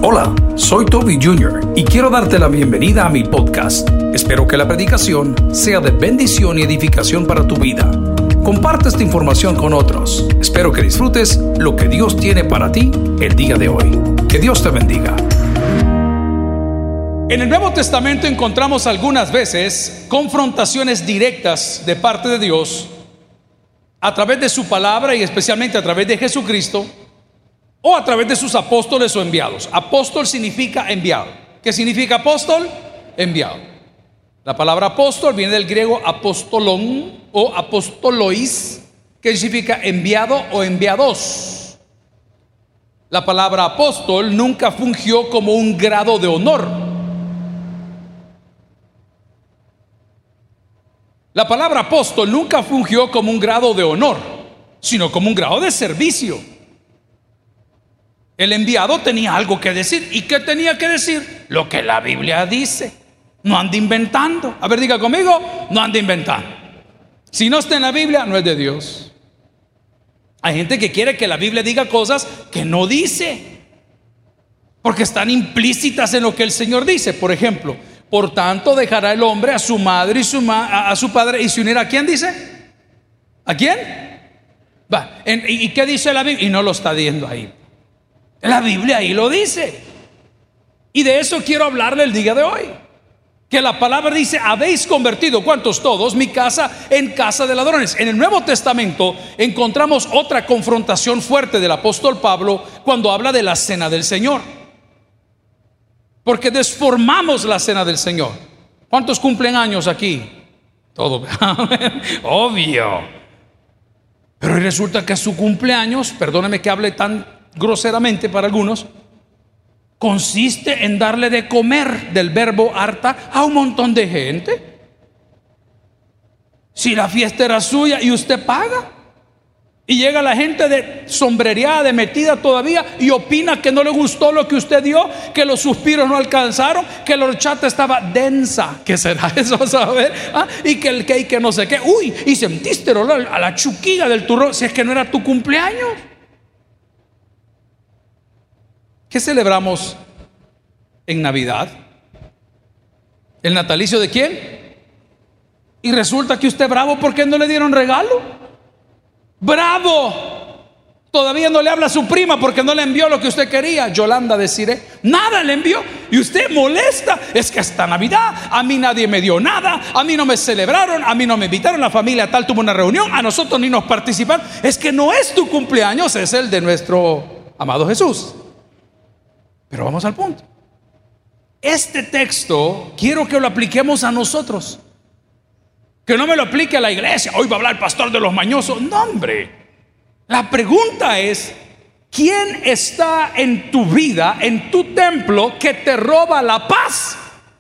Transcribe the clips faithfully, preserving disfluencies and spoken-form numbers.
Hola, soy Toby junior y quiero darte la bienvenida a mi podcast. Espero que la predicación sea de bendición y edificación para tu vida. Comparte esta información con otros. Espero que disfrutes lo que Dios tiene para ti el día de hoy. Que Dios te bendiga. En el Nuevo Testamento encontramos algunas veces confrontaciones directas de parte de Dios a través de su palabra y especialmente a través de Jesucristo, o a través de sus apóstoles o enviados. Apóstol significa enviado. ¿Qué significa apóstol? Enviado. La palabra apóstol viene del griego apostolón o apostolois, que significa enviado o enviados. La palabra apóstol nunca fungió como un grado de honor. La palabra apóstol nunca fungió como un grado de honor, sino como un grado de servicio. El enviado tenía algo que decir. ¿Y qué tenía que decir? Lo que la Biblia dice. No ande inventando. A ver, diga conmigo, no ande inventando. Si no está en la Biblia, no es de Dios. Hay gente que quiere que la Biblia diga cosas que no dice, porque están implícitas en lo que el Señor dice. Por ejemplo, por tanto dejará el hombre a su madre y su ma- a, a su padre y se unirá. ¿A quién dice? ¿A quién? Va. En, ¿Y qué dice la Biblia? Y no lo está diciendo ahí. La Biblia ahí lo dice. Y de eso quiero hablarle el día de hoy. Que la palabra dice: habéis convertido, ¿cuántos? Todos, mi casa en casa de ladrones. En el Nuevo Testamento encontramos otra confrontación fuerte del apóstol Pablo cuando habla de la cena del Señor, porque desformamos la cena del Señor. ¿Cuántos cumplen años aquí? Todo. Obvio. Pero resulta que su cumpleaños, perdóneme que hable tan groseramente para algunos, consiste en darle de comer, del verbo harta, a un montón de gente. Si la fiesta era suya y usted paga, y llega la gente de sombrereada, de metida todavía, y opina que no le gustó lo que usted dio, que los suspiros no alcanzaron, que la horchata estaba densa. ¿Qué será eso, saber? ¿Ah? Y que el cake no sé qué. Uy, y sentiste el olor a la chuquilla del turrón, si es que no era tu cumpleaños. ¿Qué celebramos en Navidad? ¿El natalicio de quién? Y resulta que usted bravo porque no le dieron regalo. Bravo. Todavía no le habla a su prima porque no le envió lo que usted quería. Yolanda deciré, nada le envió. Y usted molesta. Es que hasta Navidad a mí nadie me dio nada. A mí no me celebraron. A mí no me invitaron. La familia tal tuvo una reunión. A nosotros ni nos participaron. Es que no es tu cumpleaños, es el de nuestro amado Jesús. Pero vamos al punto. Este texto quiero que lo apliquemos a nosotros. Que no me lo aplique a la iglesia. Hoy va a hablar el pastor de los mañosos. No, hombre. La pregunta es: ¿quién está en tu vida, en tu templo, que te roba la paz?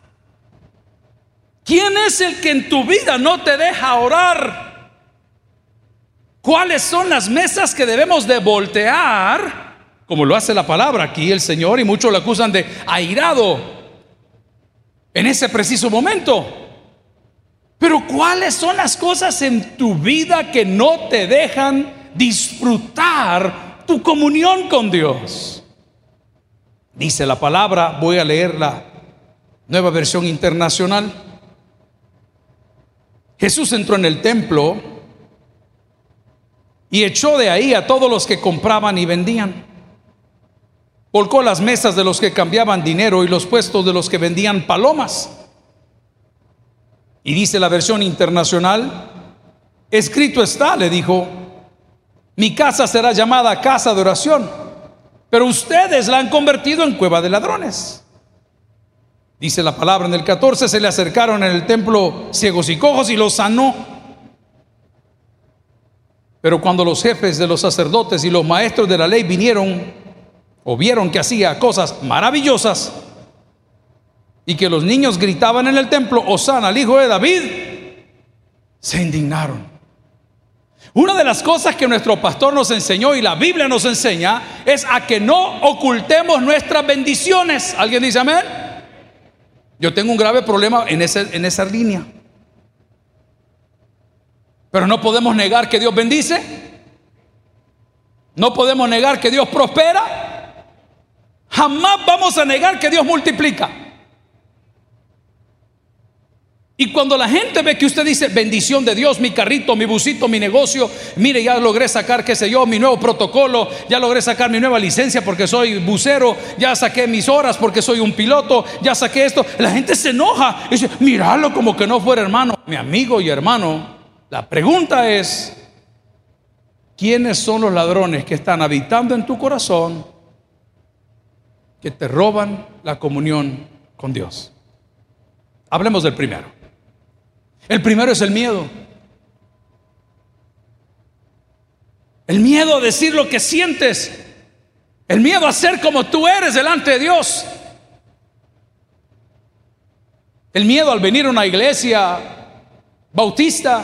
¿Quién es el que en tu vida no te deja orar? ¿Cuáles son las mesas que debemos de voltear? Como lo hace la palabra aquí el Señor, y muchos lo acusan de airado en ese preciso momento. Pero ¿cuáles son las cosas en tu vida que no te dejan disfrutar tu comunión con Dios? Dice la palabra, voy a leer la Nueva Versión Internacional. Jesús entró en el templo y echó de ahí a todos los que compraban y vendían. Volcó las mesas de los que cambiaban dinero y los puestos de los que vendían palomas. Y dice la Versión Internacional: escrito está, le dijo, mi casa será llamada casa de oración, pero ustedes la han convertido en cueva de ladrones. Dice la palabra en el catorce: se le acercaron en el templo ciegos y cojos y los sanó. Pero cuando los jefes de los sacerdotes y los maestros de la ley vinieron o vieron que hacía cosas maravillosas y que los niños gritaban en el templo, Hosana al hijo de David, se indignaron. Una de las cosas que nuestro pastor nos enseñó y la Biblia nos enseña es a que no ocultemos nuestras bendiciones. ¿Alguien dice amén? Yo tengo un grave problema en, ese, en esa línea. Pero no podemos negar que Dios bendice. No podemos negar que Dios prospera. Jamás vamos a negar que Dios multiplica. Y cuando la gente ve que usted dice bendición de Dios, mi carrito, mi busito, mi negocio, mire, ya logré sacar, qué sé yo, mi nuevo protocolo, ya logré sacar mi nueva licencia porque soy bucero, ya saqué mis horas porque soy un piloto, ya saqué esto, la gente se enoja y dice, míralo como que no fuera hermano. Mi amigo y hermano, la pregunta es, ¿quiénes son los ladrones que están habitando en tu corazón que te roban la comunión con Dios? Hablemos del primero. El primero es el miedo. El miedo a decir lo que sientes. El miedo a ser como tú eres delante de Dios. El miedo al venir a una iglesia bautista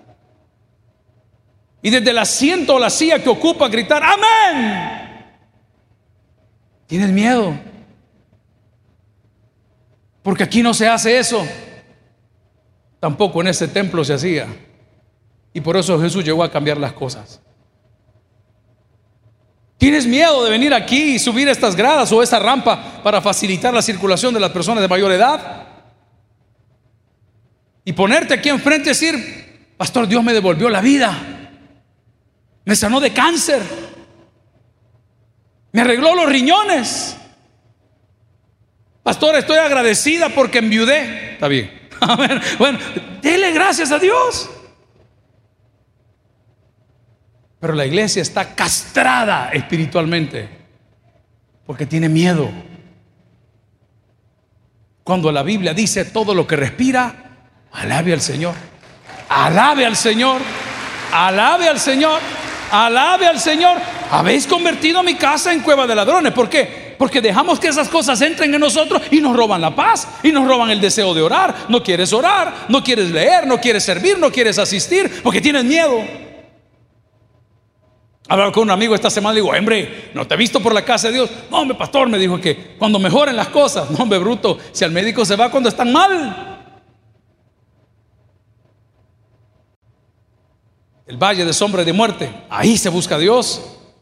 y desde el asiento o la silla que ocupa gritar amén. Tienes miedo. Porque aquí no se hace eso. Tampoco en ese templo se hacía. Y por eso Jesús llegó a cambiar las cosas. ¿Tienes miedo de venir aquí y subir estas gradas o esta rampa para facilitar la circulación de las personas de mayor edad? Y ponerte aquí enfrente y decir, pastor, Dios me devolvió la vida. Me sanó de cáncer. Me arregló los riñones. Pastor, estoy agradecida porque enviudé. Está bien. Bueno, dele gracias a Dios. Pero la iglesia está castrada espiritualmente porque tiene miedo. Cuando la Biblia dice todo lo que respira, alabe al Señor. Alabe al Señor. Alabe al Señor. Alabe al Señor. Habéis convertido mi casa en cueva de ladrones. ¿Por qué? Porque dejamos que esas cosas entren en nosotros y nos roban la paz y nos roban el deseo de orar. No quieres orar, no quieres leer, no quieres servir, no quieres asistir porque tienes miedo. Hablaba con un amigo esta semana, le digo, hombre, ¿no te he visto por la casa de Dios? No, hombre, pastor, me dijo que cuando mejoren las cosas. No, hombre, bruto, si al médico se va cuando están mal. El valle de sombra y de muerte, ahí se busca a Dios.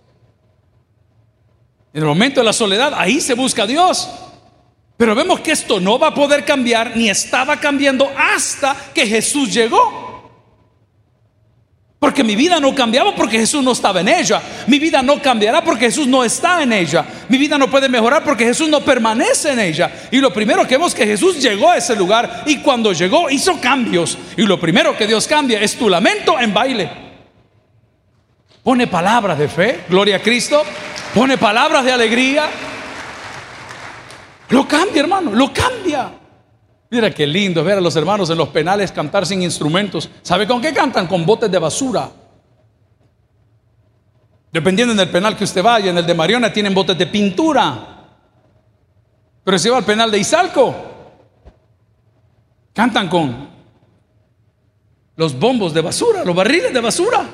En el momento de la soledad, ahí se busca a Dios. Pero vemos que esto no va a poder cambiar, ni estaba cambiando hasta que Jesús llegó. Porque mi vida no cambiaba porque Jesús no estaba en ella. Mi vida no cambiará porque Jesús no está en ella. Mi vida no puede mejorar porque Jesús no permanece en ella. Y lo primero que vemos es que Jesús llegó a ese lugar, y cuando llegó hizo cambios. Y lo primero que Dios cambia es tu lamento en baile. Pone palabras de fe, gloria a Cristo. Pone palabras de alegría. Lo cambia, hermano, lo cambia. Mira qué lindo ver a los hermanos en los penales cantar sin instrumentos. ¿Sabe con qué cantan? Con botes de basura. Dependiendo del penal que usted vaya, en el de Mariona tienen botes de pintura. Pero si va al penal de Izalco, cantan con los bombos de basura, los barriles de basura.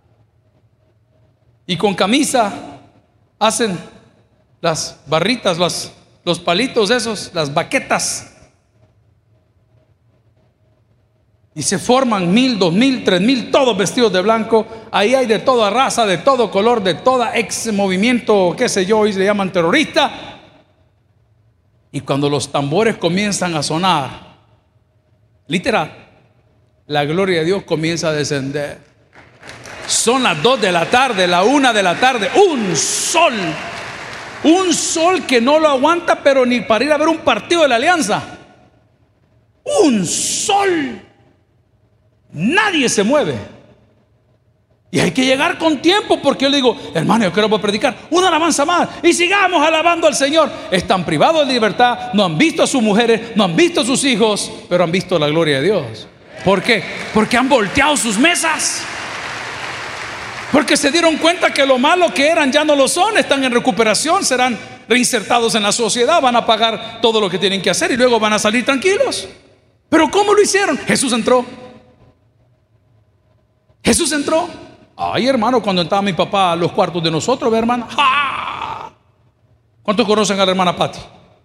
Y con camisa hacen las barritas, los, los palitos esos, las baquetas. Y se forman mil, dos mil, tres mil, todos vestidos de blanco. Ahí hay de toda raza, de todo color, de toda ex movimiento, qué sé yo, hoy le llaman terrorista. Y cuando los tambores comienzan a sonar, literal, la gloria de Dios comienza a descender. Son las dos de la tarde, la una de la tarde, un sol, un sol que no lo aguanta, pero ni para ir a ver un partido de la Alianza. Un sol. Nadie se mueve. Y hay que llegar con tiempo, porque yo le digo, hermano, yo quiero predicar una alabanza más y sigamos alabando al Señor. Están privados de libertad, no han visto a sus mujeres, no han visto a sus hijos, pero han visto la gloria de Dios. ¿Por qué? Porque han volteado sus mesas. Porque se dieron cuenta que lo malo que eran ya no lo son. Están en recuperación, serán reinsertados en la sociedad, van a pagar todo lo que tienen que hacer y luego van a salir tranquilos. Pero ¿cómo lo hicieron? Jesús entró. Jesús entró. Ay, hermano, cuando entraba mi papá a los cuartos de nosotros, ¿ve, hermana? ¡Ja! ¿Cuántos conocen a la hermana Patti?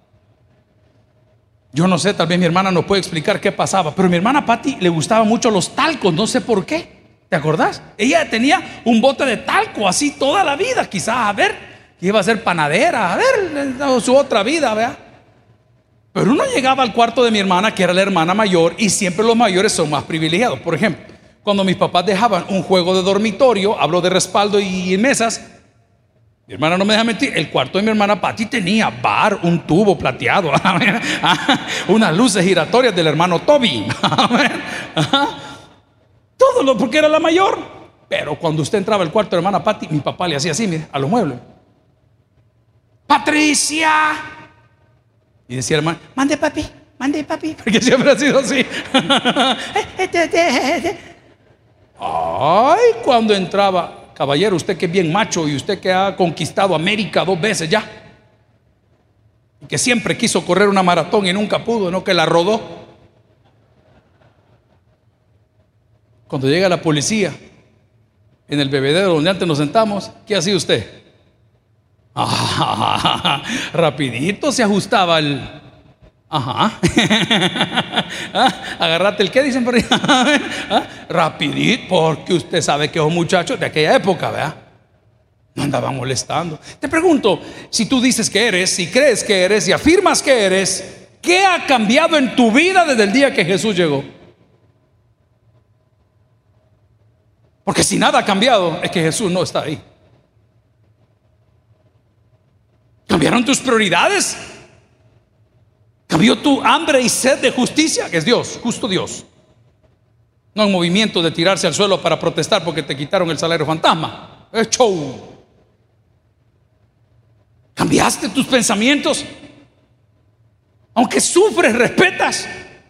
Yo no sé, tal vez mi hermana nos puede explicar qué pasaba, pero a mi hermana Patti le gustaban mucho los talcos, no sé por qué. ¿Te acordás? Ella tenía un bote de talco así toda la vida, quizás, a ver, que iba a ser panadera, a ver, su otra vida, ¿verdad? Pero uno llegaba al cuarto de mi hermana, que era la hermana mayor, y siempre los mayores son más privilegiados. Por ejemplo, cuando mis papás dejaban un juego de dormitorio, hablo de respaldo y mesas, mi hermana no me deja mentir, el cuarto de mi hermana Pati tenía bar, un tubo plateado, unas luces giratorias del hermano Toby, todo lo porque era la mayor. Pero cuando usted entraba al cuarto de la hermana Pati, mi papá le hacía así, mire, a los muebles: Patricia. Y decía hermano: mande papi, mande papi, porque siempre ha sido así. Ay, cuando entraba: caballero, usted que es bien macho y usted que ha conquistado América dos veces ya, y que siempre quiso correr una maratón y nunca pudo, no que la rodó. Cuando llega la policía en el bebedero donde antes nos sentamos, ¿qué hacía usted? Ah, rapidito se ajustaba el... Ajá. Agarrate el qué dicen por ahí. Rapidito, porque usted sabe que esos muchachos de aquella época, ¿verdad? No andaban molestando. Te pregunto, si tú dices que eres, si crees que eres y afirmas que eres, ¿qué ha cambiado en tu vida desde el día que Jesús llegó? Porque si nada ha cambiado, es que Jesús no está ahí. ¿Cambiaron tus prioridades? ¿Cambió tu hambre y sed de justicia? Que es Dios, justo Dios. No un movimiento de tirarse al suelo para protestar porque te quitaron el salario fantasma. Es show. ¿Cambiaste tus pensamientos? Aunque sufres, respetas.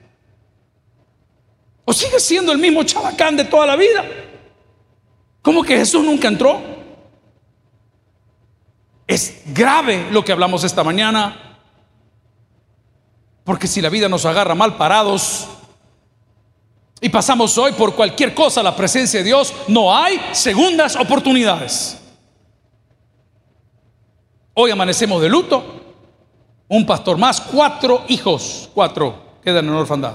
¿O sigues siendo el mismo chabacán de toda la vida? ¿Cómo que Jesús nunca entró? Es grave lo que hablamos esta mañana, porque si la vida nos agarra mal parados y pasamos hoy por cualquier cosa a la presencia de Dios, no hay segundas oportunidades. Hoy amanecemos de luto, un pastor más, cuatro hijos, cuatro quedan en orfandad.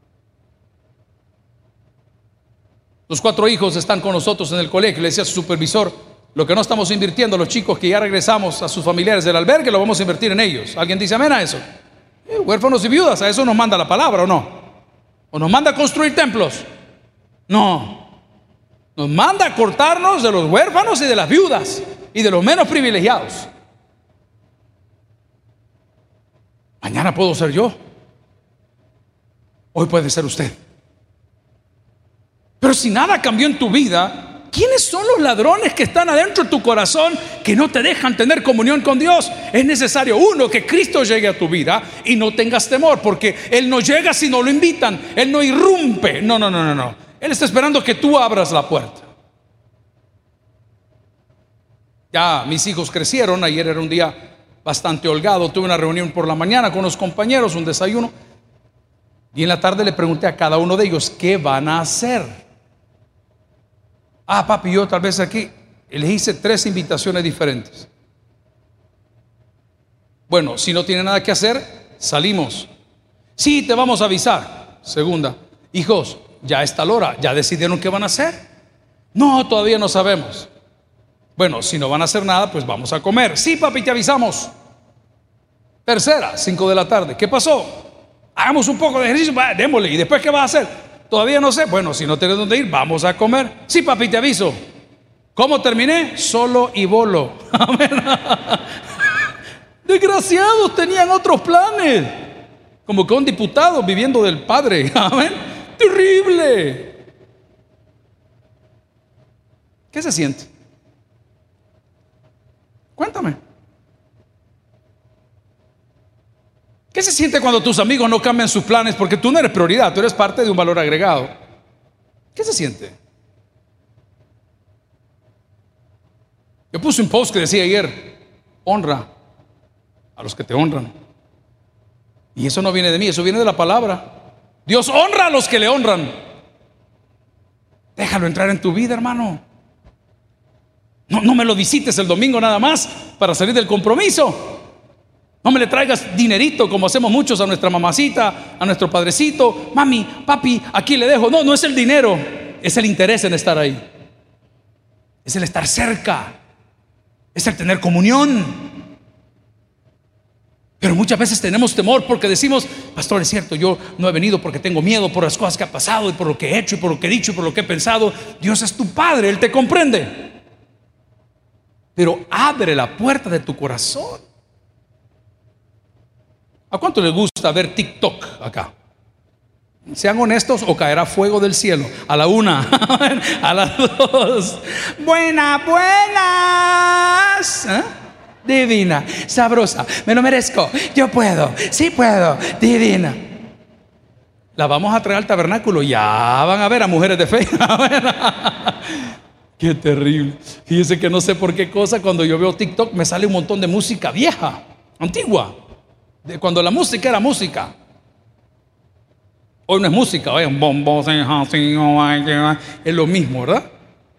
Los cuatro hijos están con nosotros en el colegio. Le decía a su supervisor: lo que no estamos invirtiendo, los chicos que ya regresamos a sus familiares del albergue, lo vamos a invertir en ellos. ¿Alguien dice amén a eso? Eh, huérfanos y viudas, a eso nos manda la palabra, ¿o no? ¿O nos manda a construir templos? No. Nos manda a cortarnos de los huérfanos y de las viudas y de los menos privilegiados. Mañana puedo ser yo, hoy puede ser usted. Pero si nada cambió en tu vida, ¿quiénes son los ladrones que están adentro de tu corazón que no te dejan tener comunión con Dios? Es necesario, uno, que Cristo llegue a tu vida y no tengas temor, porque Él no llega si no lo invitan. Él no irrumpe. No, no, no, no, no. Él está esperando que tú abras la puerta. Ya mis hijos crecieron. Ayer era un día bastante holgado. Tuve una reunión por la mañana con unos compañeros, un desayuno, y en la tarde le pregunté a cada uno de ellos: ¿qué van a hacer? Ah, papi, yo tal vez aquí les hice tres invitaciones diferentes. Bueno, si no tiene nada que hacer, salimos. Sí, te vamos a avisar. Segunda: hijos, ya está la hora, ¿ya decidieron qué van a hacer? No, todavía no sabemos. Bueno, si no van a hacer nada, pues vamos a comer. Sí, papi, te avisamos. Tercera, cinco de la tarde. ¿Qué pasó? Hagamos un poco de ejercicio, va, démosle. ¿Y después qué vas a hacer? Todavía no sé. Bueno, si no tienes dónde ir, vamos a comer. Sí, papi, te aviso. ¿Cómo terminé? Solo y bolo. Amén. Desgraciados, tenían otros planes. Como que un diputado viviendo del padre. Amén. Terrible. ¿Qué se siente? Cuéntame. ¿Qué se siente cuando tus amigos no cambian sus planes porque tú no eres prioridad, tú eres parte de un valor agregado? ¿Qué se siente? Yo puse un post que decía ayer: honra a los que te honran. Y eso no viene de mí, eso viene de la palabra. Dios honra a los que le honran. Déjalo entrar en tu vida, hermano. No, no me lo visites el domingo nada más para salir del compromiso. No me le traigas dinerito como hacemos muchos a nuestra mamacita, a nuestro padrecito. Mami, papi, aquí le dejo. No, no es el dinero, es el interés en estar ahí. Es el estar cerca. es el tener comunión. Pero muchas veces tenemos temor porque decimos: pastor, es cierto, yo no he venido porque tengo miedo por las cosas que ha pasado y por lo que he hecho y por lo que he dicho y por lo que he pensado. Dios es tu Padre, Él te comprende. Pero abre la puerta de tu corazón. ¿A cuánto les gusta ver TikTok acá? Sean honestos o caerá fuego del cielo. A la una, a las dos. Buenas, buenas. ¿Eh? Divina, sabrosa, me lo merezco, yo puedo, sí puedo, divina. La vamos a traer al tabernáculo, ya van a ver a mujeres de fe. Qué terrible. Fíjense que no sé por qué cosa, cuando yo veo TikTok me sale un montón de música vieja, antigua, de cuando la música era música. Hoy no es música, hoy es un bombo, es lo mismo, ¿verdad?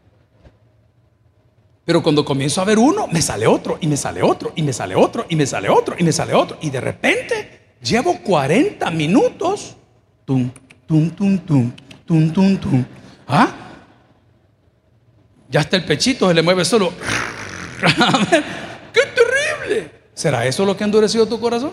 Pero cuando comienzo a ver uno, me sale otro, y me sale otro, y me sale otro, y me sale otro, y me sale otro. Y de repente llevo cuarenta minutos. Tum, tum, tum, tum, tum, tum, tum. ¿Ah? Ya está el pechito, se le mueve solo. A ver, ¡qué terrible! ¿Será eso lo que ha endurecido tu corazón?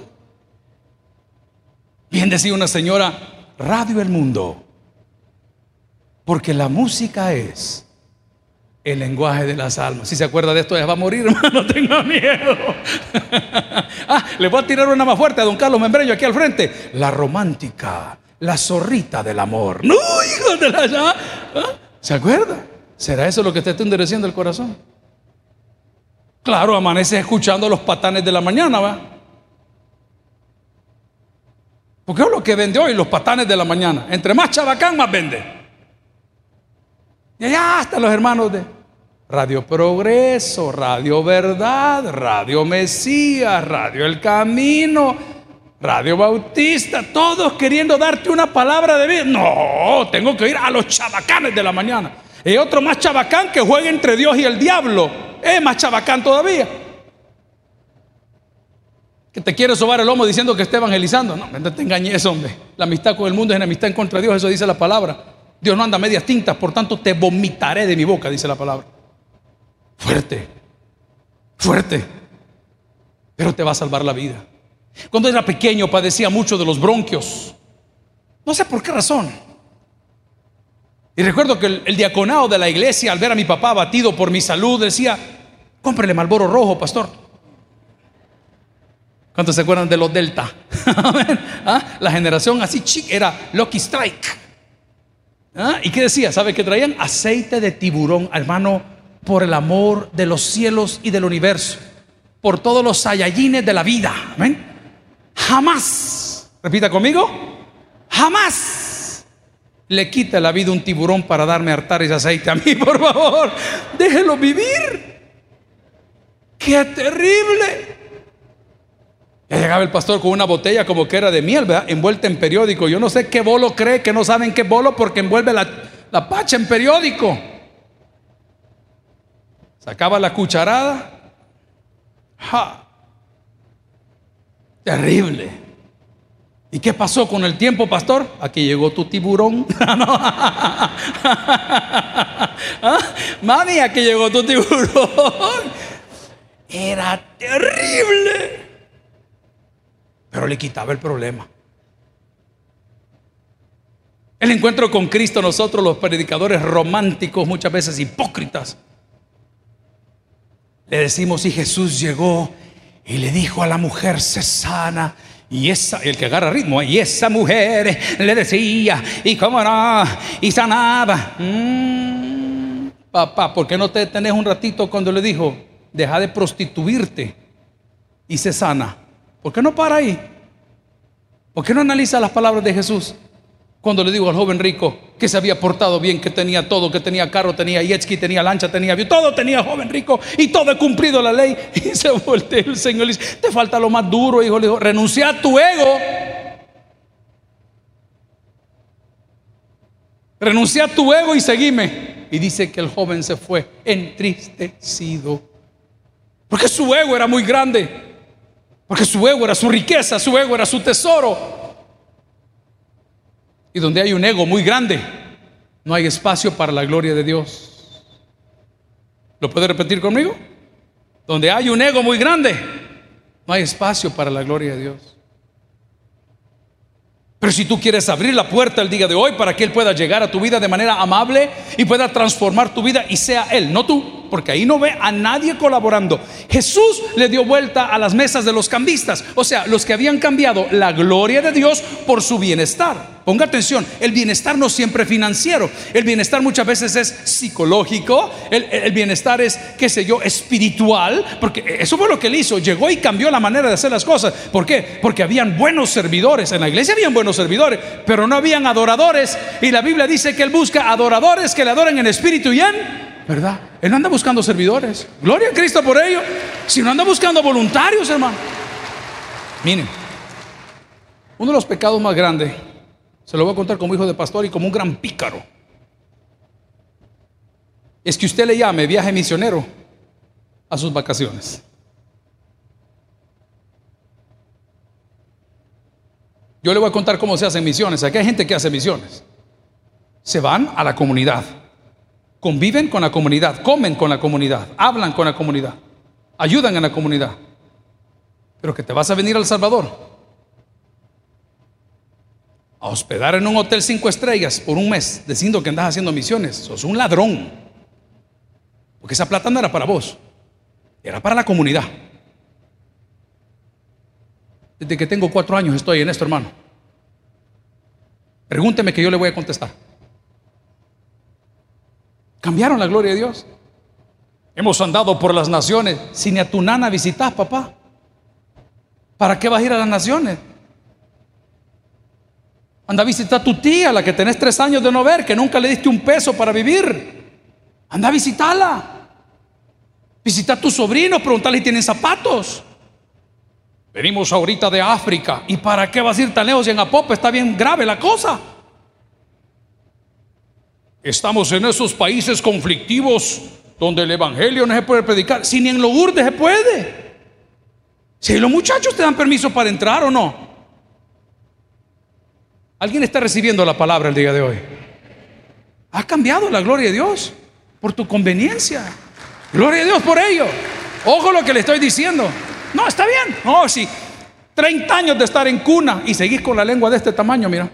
Bien decía una señora: Radio El Mundo, porque la música es el lenguaje de las almas. Si se acuerda de esto, ya va a morir, hermano, no tenga miedo. Ah, le voy a tirar una más fuerte a don Carlos Membreño aquí al frente. La romántica, la zorrita del amor. No, hijo de la ya. ¿Ah? ¿Se acuerda? ¿Será eso lo que te está endureciendo el corazón? Claro, amanece escuchando los patanes de la mañana, ¿va? Porque es lo que vende hoy, los patanes de la mañana. Entre más chabacán, más vende. Y allá están los hermanos de Radio Progreso, Radio Verdad, Radio Mesías, Radio El Camino, Radio Bautista, todos queriendo darte una palabra de vida. No, tengo que ir a los chabacanes de la mañana. Y otro más chabacán que juega entre Dios y el diablo. Es más chabacán todavía, que te quiere sobar el lomo diciendo que está evangelizando. No, no te engañes, hombre. La amistad con el mundo es enemistad en contra de Dios, eso dice la palabra. Dios no anda a medias tintas, por tanto te vomitaré de mi boca, dice la palabra. Fuerte, fuerte, pero te va a salvar la vida. Cuando era pequeño padecía mucho de los bronquios, no sé por qué razón. Y recuerdo que el, el diaconado de la iglesia, al ver a mi papá abatido por mi salud, decía: cómprele Marlboro rojo, pastor. ¿Cuántos se acuerdan de los Delta? ¿Ah? La generación así chic era Lucky Strike. ¿Ah? ¿Y qué decía? ¿Sabe qué traían? Aceite de tiburón, hermano. Por el amor de los cielos y del universo, por todos los saiyajines de la vida, ¿ven? Jamás, repita conmigo, jamás le quita la vida un tiburón para darme hartar ese aceite a mí, por favor. Déjelo vivir. ¡Qué terrible! Ya llegaba el pastor con una botella como que era de miel, ¿verdad? Envuelta en periódico. Yo no sé qué bolo cree que no saben qué bolo, porque envuelve la, la pacha en periódico. Sacaba la cucharada. ¡Ja! Terrible. ¿Y qué pasó con el tiempo, pastor? Aquí llegó tu tiburón. ¿Ah? Mami, aquí llegó tu tiburón. Era terrible, pero le quitaba el problema. El encuentro con Cristo, nosotros los predicadores románticos, muchas veces hipócritas, le decimos: y Jesús llegó y le dijo a la mujer: sé sana. Y esa, el que agarra ritmo, y esa mujer le decía, y cómo no, y sanaba. Mm, papá, ¿por qué no te detenés un ratito cuando le dijo: deja de prostituirte y sé sana? ¿Por qué no para ahí? ¿Por qué no analiza las palabras de Jesús cuando le digo al joven rico que se había portado bien, que tenía todo, que tenía carro, tenía jet ski, tenía lancha, tenía avión, todo tenía joven rico y todo he cumplido la ley? Y se voltea el Señor y dice: te falta lo más duro, hijo. Le dijo: renuncia a tu ego, renuncia a tu ego y seguime. Y dice que el joven se fue entristecido, porque su ego era muy grande, porque su ego era su riqueza, su ego era su tesoro. Y donde hay un ego muy grande, no hay espacio para la gloria de Dios. ¿Lo puede repetir conmigo? Donde hay un ego muy grande, no hay espacio para la gloria de Dios. Pero si tú quieres abrir la puerta el día de hoy para que Él pueda llegar a tu vida de manera amable y pueda transformar tu vida y sea Él, no tú, porque ahí no ve a nadie colaborando. Jesús le dio vuelta a las mesas de los cambistas, o sea, los que habían cambiado la gloria de Dios por su bienestar. Ponga atención, el bienestar no siempre es financiero, el bienestar muchas veces es psicológico, el, el bienestar es, qué sé yo, espiritual, porque eso fue lo que Él hizo, llegó y cambió la manera de hacer las cosas. ¿Por qué? Porque habían buenos servidores, en la iglesia habían buenos servidores, pero no habían adoradores, y la Biblia dice que Él busca adoradores que le adoren en espíritu y en verdad. Él no anda buscando servidores, gloria a Cristo por ello, sino anda buscando voluntarios, hermano. Miren, uno de los pecados más grandes, se lo voy a contar como hijo de pastor y como un gran pícaro, es que usted le llame viaje misionero a sus vacaciones. Yo le voy a contar cómo se hacen misiones. Aquí hay gente que hace misiones. Se van a la comunidad, conviven con la comunidad, comen con la comunidad, hablan con la comunidad, ayudan en la comunidad. Pero que te vas a venir a El Salvador a hospedar en un hotel cinco estrellas por un mes diciendo que andas haciendo misiones, sos un ladrón, porque esa plata no era para vos, era para la comunidad. Desde que tengo cuatro años estoy en esto, hermano. Pregúnteme que yo le voy a contestar. Cambiaron la gloria de Dios. Hemos andado por las naciones. Si ni a tu nana visitas, papá, ¿para qué vas a ir a las naciones? Anda a visitar a tu tía, la que tenés tres años de no ver, que nunca le diste un peso para vivir. Anda a visitarla. Visita a tus sobrinos, preguntarle si tienen zapatos. Venimos ahorita de África, ¿y para qué vas a ir tan lejos? Y en Apope está bien grave la cosa. Estamos en esos países conflictivos donde el evangelio no se puede predicar. Si ni en Lourdes se puede. Si los muchachos te dan permiso para entrar o no. ¿Alguien está recibiendo la palabra el día de hoy? Ha cambiado la gloria de Dios por tu conveniencia. Gloria a Dios por ello. Ojo lo que le estoy diciendo. No, está bien. No, sí, treinta años de estar en cuna y seguís con la lengua de este tamaño, mira.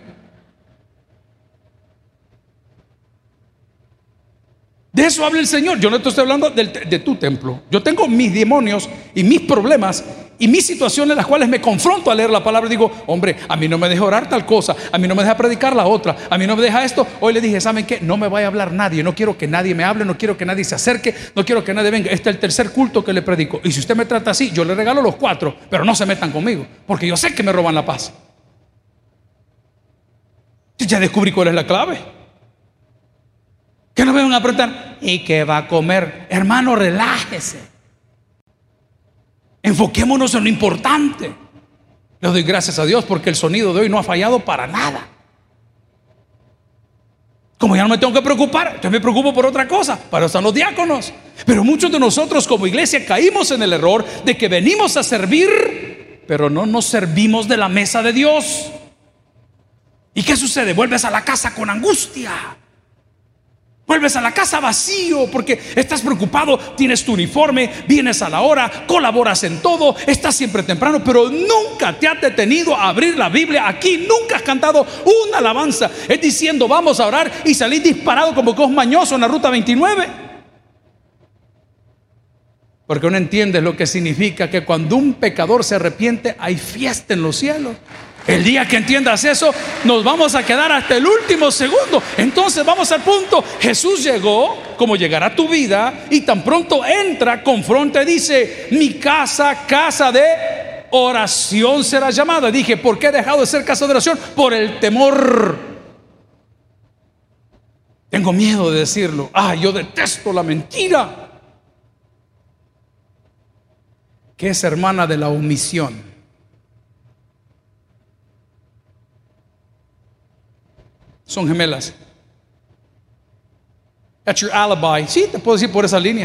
De eso habla el Señor. Yo no te estoy hablando de, de tu templo. Yo tengo mis demonios y mis problemas y mis situaciones en las cuales me confronto a leer la palabra y digo, hombre, a mí no me deja orar tal cosa, a mí no me deja predicar la otra, a mí no me deja esto. Hoy le dije, ¿saben qué? No me vaya a hablar nadie, no quiero que nadie me hable, no quiero que nadie se acerque, no quiero que nadie venga. Este es el tercer culto que le predico, y si usted me trata así, yo le regalo los cuatro, pero no se metan conmigo, porque yo sé que me roban la paz. Ya descubrí cuál es la clave. Que no me van a preguntar, ¿y qué va a comer? Hermano, relájese. Enfoquémonos en lo importante. Le doy gracias a Dios porque el sonido de hoy no ha fallado para nada. Como ya no me tengo que preocupar, entonces me preocupo por otra cosa. Para eso están los diáconos. Pero muchos de nosotros como iglesia caímos en el error de que venimos a servir, pero no nos servimos de la mesa de Dios. ¿Y qué sucede? Vuelves a la casa con angustia. Vuelves a la casa vacío porque estás preocupado, tienes tu uniforme, vienes a la hora, colaboras en todo, estás siempre temprano, pero nunca te has detenido a abrir la Biblia aquí, nunca has cantado una alabanza. Es diciendo, vamos a orar y salís disparado como que sos mañoso en la ruta veintinueve. Porque uno entiende lo que significa que cuando un pecador se arrepiente, hay fiesta en los cielos. El día que entiendas eso, nos vamos a quedar hasta el último segundo. Entonces vamos al punto. Jesús llegó como llegará a tu vida, y tan pronto entra, confronta y dice, mi casa, casa de oración será llamada. Dije, ¿por qué he dejado de ser casa de oración? Por el temor. Tengo miedo de decirlo. Ah, yo detesto la mentira, que es hermana de la omisión. Son gemelas. That's your alibi. Sí, te puedo decir por esa línea.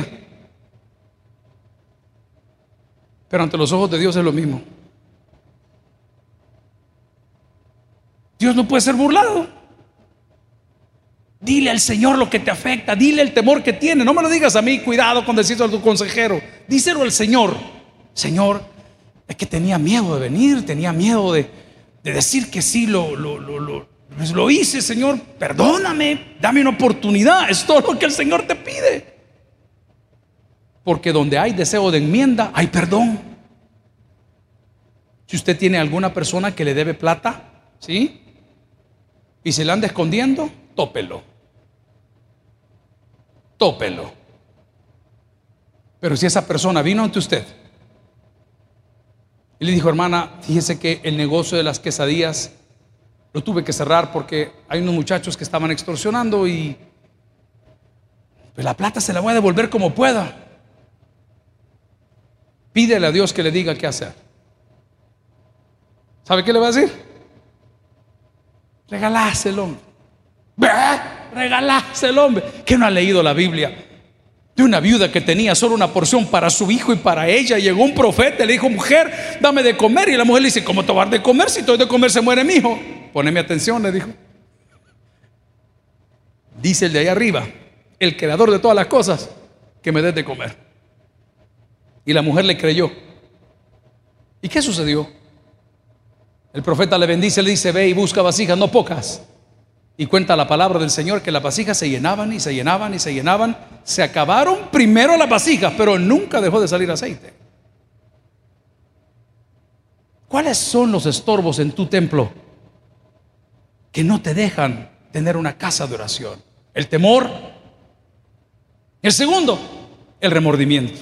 Pero ante los ojos de Dios es lo mismo. Dios no puede ser burlado. Dile al Señor lo que te afecta, dile el temor que tiene. No me lo digas a mí, cuidado con decirlo a tu consejero. Díselo al Señor. Señor, es que tenía miedo de venir, tenía miedo de, de decir que sí, lo, lo, lo, lo, pues lo hice, Señor. Perdóname, dame una oportunidad. Es todo lo que el Señor te pide. Porque donde hay deseo de enmienda, hay perdón. Si usted tiene alguna persona que le debe plata, ¿sí? Y se la anda escondiendo, tópelo. Tópelo. Pero si esa persona vino ante usted y le dijo: hermana, fíjese que el negocio de las quesadillas lo tuve que cerrar porque hay unos muchachos que estaban extorsionando y pues la plata se la voy a devolver como pueda. Pídele a Dios que le diga qué hacer. ¿Sabe qué le va a decir? Regaláselo, hombre. Regaláselo, hombre. ¿Qué no ha leído la Biblia? De una viuda que tenía solo una porción para su hijo y para ella. Llegó un profeta y le dijo: mujer, dame de comer. Y la mujer le dice: ¿cómo te vas a dar de comer? Si te doy de comer se muere mi hijo. Poneme atención, le dijo. Dice el de ahí arriba, el creador de todas las cosas, que me des de comer. Y la mujer le creyó. ¿Y qué sucedió? El profeta le bendice, le dice: ve y busca vasijas, no pocas. Y cuenta la palabra del Señor que las vasijas se llenaban y se llenaban y se llenaban. Se acabaron primero las vasijas, pero nunca dejó de salir aceite. ¿Cuáles son los estorbos en tu templo que no te dejan tener una casa de oración? El temor. El segundo, el remordimiento.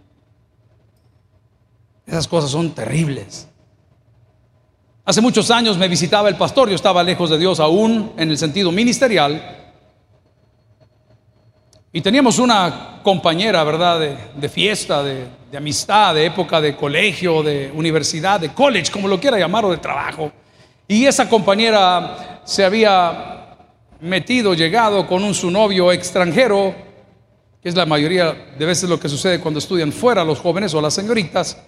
Esas cosas son terribles. Hace muchos años me visitaba el pastor. Yo estaba lejos de Dios aún en el sentido ministerial. Y teníamos una compañera, ¿verdad? De, de fiesta, de, de amistad, de época de colegio, de universidad, de college, como lo quiera llamar, o de trabajo. Y esa compañera se había metido, llegado con un su novio extranjero, que es la mayoría de veces lo que sucede cuando estudian fuera los jóvenes o las señoritas.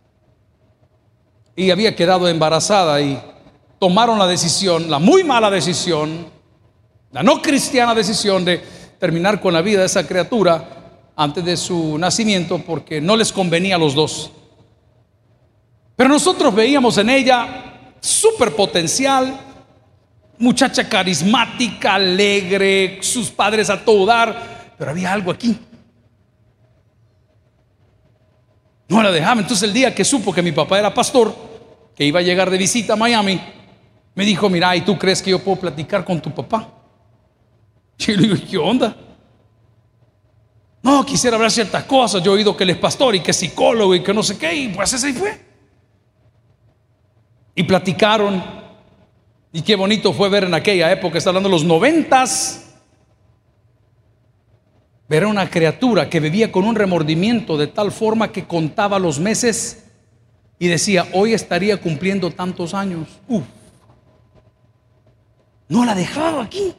Y había quedado embarazada y tomaron la decisión, la muy mala decisión, la no cristiana decisión de terminar con la vida de esa criatura antes de su nacimiento, porque no les convenía a los dos. Pero nosotros veíamos en ella súper potencial, muchacha carismática, alegre, sus padres a todo dar, pero había algo aquí. No la dejaba. Entonces el día que supo que mi papá era pastor, que iba a llegar de visita a Miami, me dijo: mira, ¿y tú crees que yo puedo platicar con tu papá? Y yo le digo: ¿qué onda? No, quisiera hablar ciertas cosas. Yo he oído que él es pastor y que es psicólogo y que no sé qué. Y pues ese fue. Y platicaron. Y qué bonito fue ver en aquella época, está hablando de los noventas, ver a una criatura que vivía con un remordimiento de tal forma que contaba los meses y decía: hoy estaría cumpliendo tantos años. Uf. No la dejaba aquí.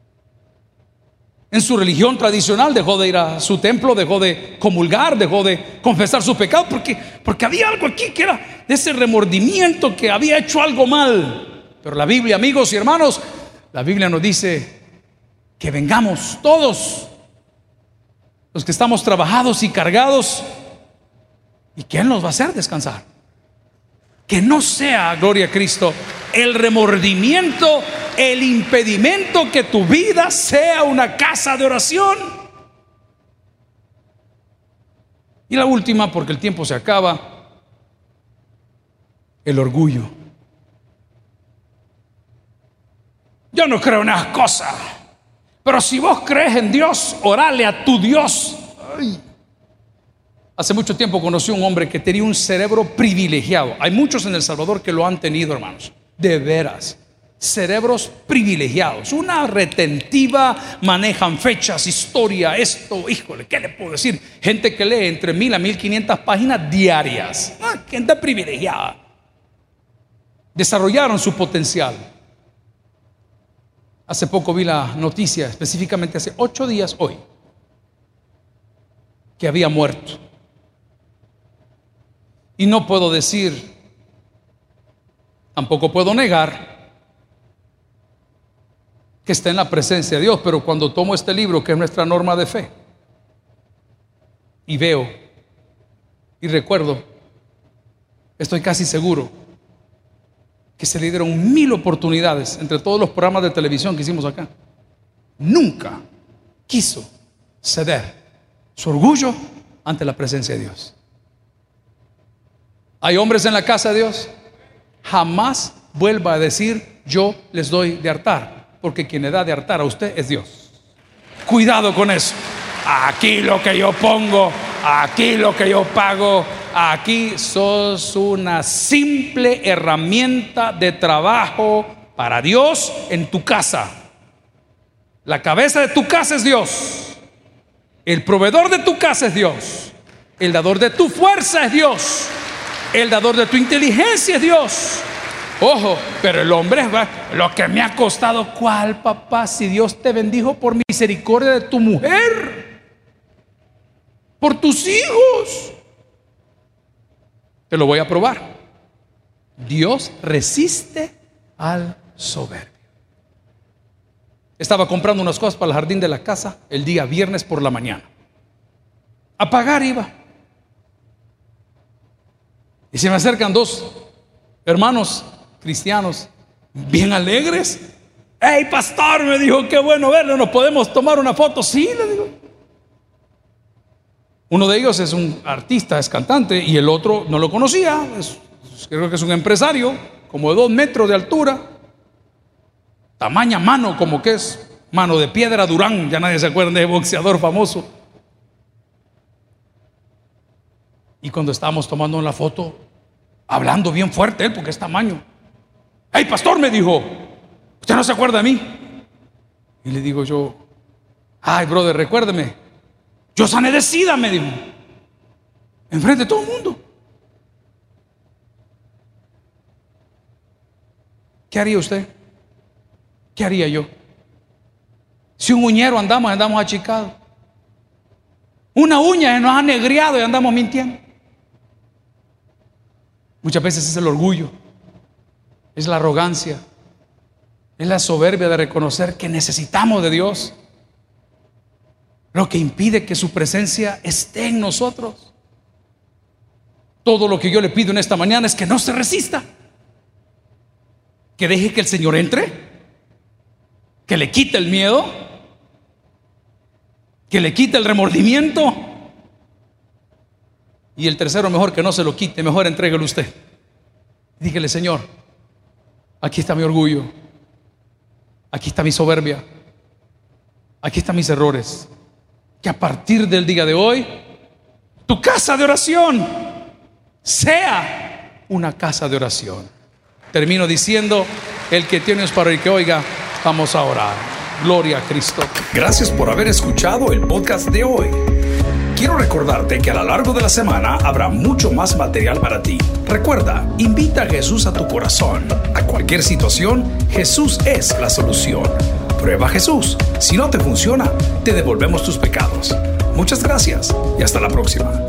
En su religión tradicional dejó de ir a su templo, dejó de comulgar, dejó de confesar su pecado, porque, porque había algo aquí que era de ese remordimiento, que había hecho algo mal. Pero la Biblia, amigos y hermanos, la Biblia nos dice que vengamos todos los que estamos trabajados y cargados, y que Él nos va a hacer descansar. Que no sea, gloria a Cristo, el remordimiento, el impedimento que tu vida sea una casa de oración. Y la última, porque el tiempo se acaba, el orgullo. Yo no creo en esas cosas, pero si vos crees en Dios, orale a tu Dios. Ay. Hace mucho tiempo conocí a un hombre que tenía un cerebro privilegiado. Hay muchos en El Salvador que lo han tenido, hermanos. De veras, cerebros privilegiados, una retentiva, manejan fechas, historia, esto, híjole, ¿qué le puedo decir? Gente que lee entre mil a mil quinientas páginas diarias. Ah, gente privilegiada. Desarrollaron su potencial. Hace poco vi la noticia, específicamente hace ocho días hoy, que había muerto. Y no puedo decir, tampoco puedo negar, que está en la presencia de Dios. Pero cuando tomo este libro, que es nuestra norma de fe, y veo y recuerdo, estoy casi seguro que se le dieron mil oportunidades entre todos los programas de televisión que hicimos acá. Nunca quiso ceder su orgullo ante la presencia de Dios. Hay hombres en la casa de Dios, jamás vuelva a decir yo les doy de hartar, porque quien le da de hartar a usted es Dios. Cuidado con eso. Aquí lo que yo pongo, aquí lo que yo pago, aquí sos una simple herramienta de trabajo para Dios en tu casa. La cabeza de tu casa es Dios. El proveedor de tu casa es Dios. El dador de tu fuerza es Dios. El dador de tu inteligencia es Dios. Ojo, pero el hombre es lo que me ha costado. ¿Cuál, papá? Si Dios te bendijo por misericordia de tu mujer, por tus hijos, te lo voy a probar. Dios resiste al soberbio. Estaba comprando unas cosas para el jardín de la casa el día viernes por la mañana. A pagar iba. Y se me acercan dos hermanos cristianos bien alegres. ¡Hey, pastor! Me dijo, qué bueno verlo, ¿nos podemos tomar una foto? Sí, le digo. Uno de ellos es un artista, es cantante, y el otro no lo conocía. Es, creo que es un empresario, como de dos metros de altura, tamaña mano, como que es mano de piedra Durán. Ya nadie se acuerda de ese boxeador famoso. Y cuando estábamos tomando la foto, hablando bien fuerte él, porque es tamaño. ¡Hey, pastor! Me dijo, ¿usted no se acuerda de mí? Y le digo yo, ay, brother, recuérdeme, yo sané de SIDA, me dijo, enfrente de todo el mundo. ¿Qué haría usted? ¿Qué haría yo? Si un uñero andamos, andamos achicados. Una uña nos ha negriado y andamos mintiendo. Muchas veces es el orgullo, es la arrogancia, es la soberbia de reconocer que necesitamos de Dios, lo que impide que su presencia esté en nosotros. Todo lo que yo le pido en esta mañana es que no se resista, que deje que el Señor entre, que le quite el miedo, que le quite el remordimiento. Y el tercero, mejor que no se lo quite, mejor entréguelo usted. Dígale, Señor, aquí está mi orgullo, aquí está mi soberbia, aquí están mis errores. Que a partir del día de hoy, tu casa de oración sea una casa de oración. Termino diciendo, el que tiene es para el que oiga. Vamos a orar. Gloria a Cristo. Gracias por haber escuchado el podcast de hoy. Quiero recordarte que a lo largo de la semana habrá mucho más material para ti. Recuerda, invita a Jesús a tu corazón. A cualquier situación, Jesús es la solución. Prueba a Jesús. Si no te funciona, te devolvemos tus pecados. Muchas gracias y hasta la próxima.